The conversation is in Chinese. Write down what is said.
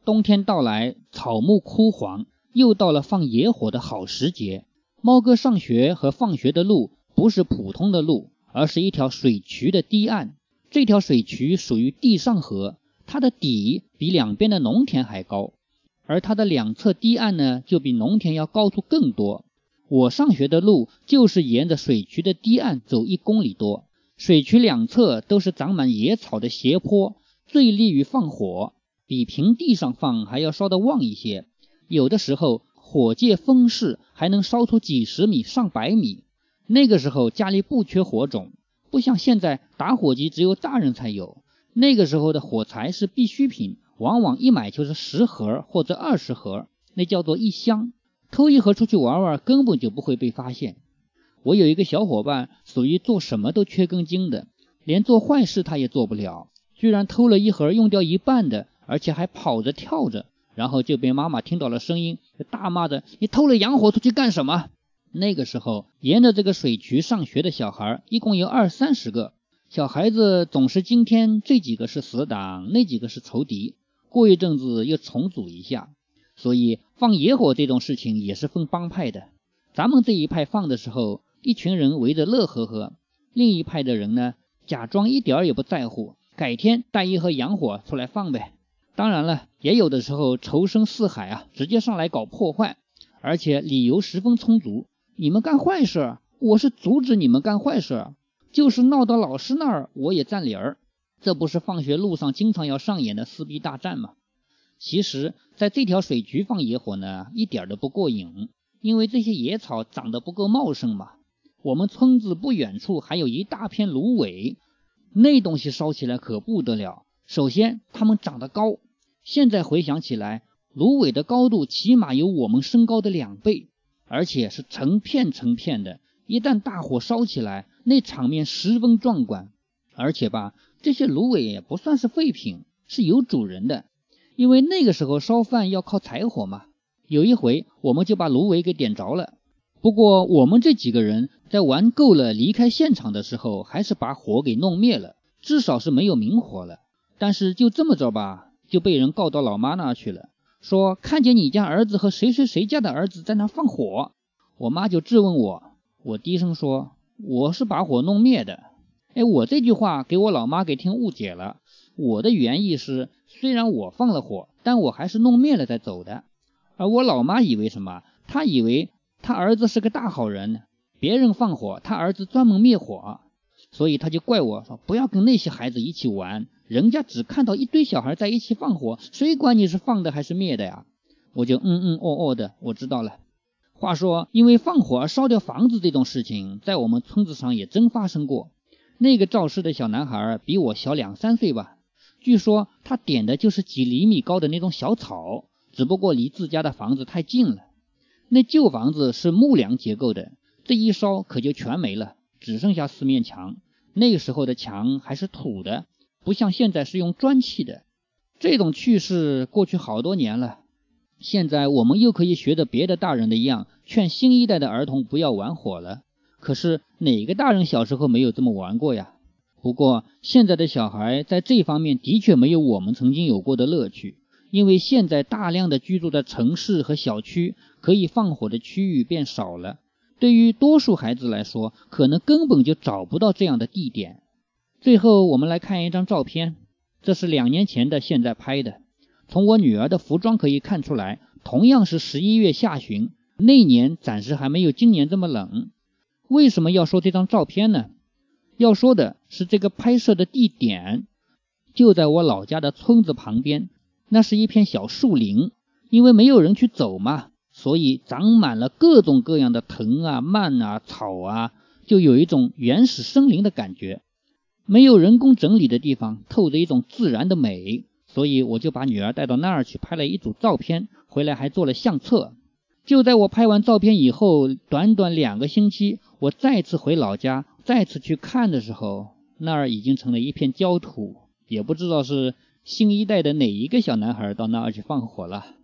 冬天到来，草木枯黄，又到了放野火的好时节。猫哥上学和放学的路不是普通的路，而是一条水渠的堤岸。这条水渠属于地上河，它的底比两边的农田还高，而它的两侧堤岸呢，就比农田要高出更多。我上学的路就是沿着水渠的堤岸走1公里多，水渠两侧都是长满野草的斜坡，最利于放火，比平地上放还要烧得旺一些。有的时候火借风势，还能烧出几十米、上百米。那个时候家里不缺火种，不像现在打火机只有大人才有。那个时候的火柴是必需品，往往一买就是10盒或者20盒，那叫做1箱。偷1盒出去玩玩，根本就不会被发现。我有一个小伙伴，属于做什么都缺根筋的，连做坏事他也做不了，居然偷了1盒用掉一半的，而且还跑着跳着，然后就被妈妈听到了声音，大骂着：“你偷了洋火出去干什么？”那个时候沿着这个水渠上学的小孩一共有20-30个，小孩子总是今天这几个是死党，那几个是仇敌，过一阵子又重组一下。所以放野火这种事情也是分帮派的，咱们这一派放的时候，一群人围着乐呵呵，另一派的人呢，假装一点也不在乎，改天带1盒洋火出来放呗。当然了，也有的时候仇深似海啊，直接上来搞破坏，而且理由十分充足。你们干坏事，我是阻止你们干坏事，就是闹到老师那儿我也占理儿。这不是放学路上经常要上演的撕逼大战吗？其实在这条水渠放野火呢，一点都不过瘾，因为这些野草长得不够茂盛嘛。我们村子不远处还有一大片芦苇，那东西烧起来可不得了。首先它们长得高，现在回想起来，芦苇的高度起码有我们身高的2倍，而且是成片成片的，一旦大火烧起来，那场面十分壮观。而且吧，这些芦苇也不算是废品，是有主人的，因为那个时候烧饭要靠柴火嘛。有一回我们就把芦苇给点着了，不过我们这几个人在玩够了离开现场的时候，还是把火给弄灭了，至少是没有明火了。但是就这么着吧，就被人告到老妈那去了，说看见你家儿子和谁谁谁家的儿子在那放火。我妈就质问我，我低声说我是把火弄灭的。我这句话给我老妈给听误解了，我的原意是虽然我放了火，但我还是弄灭了再走的。而我老妈以为什么？她以为她儿子是个大好人，别人放火，她儿子专门灭火，所以她就怪我说不要跟那些孩子一起玩，人家只看到一堆小孩在一起放火，谁管你是放的还是灭的呀？我就哦的，我知道了。话说因为放火而烧掉房子这种事情，在我们村子上也真发生过。那个肇事的小男孩比我小2-3岁吧，据说他点的就是几厘米高的那种小草，只不过离自家的房子太近了。那旧房子是木梁结构的，这一烧可就全没了，只剩下4面墙。那个时候的墙还是土的，不像现在是用砖砌的。这种趣事过去好多年了，现在我们又可以学着别的大人的一样，劝新一代的儿童不要玩火了。可是哪个大人小时候没有这么玩过呀？不过现在的小孩在这方面的确没有我们曾经有过的乐趣，因为现在大量的居住在城市和小区，可以放火的区域变少了。对于多数孩子来说，可能根本就找不到这样的地点。最后我们来看一张照片，这是2年前的现在拍的。从我女儿的服装可以看出来，同样是11月下旬，那年暂时还没有今年这么冷。为什么要说这张照片呢？要说的是这个拍摄的地点就在我老家的村子旁边，那是一片小树林，因为没有人去走嘛，所以长满了各种各样的藤啊、蔓啊、草啊，就有一种原始森林的感觉。没有人工整理的地方透着一种自然的美，所以我就把女儿带到那儿去拍了一组照片，回来还做了相册。就在我拍完照片以后，短短2个星期，我再次回老家，再次去看的时候，那儿已经成了一片焦土，也不知道是新一代的哪一个小男孩到那儿去放火了。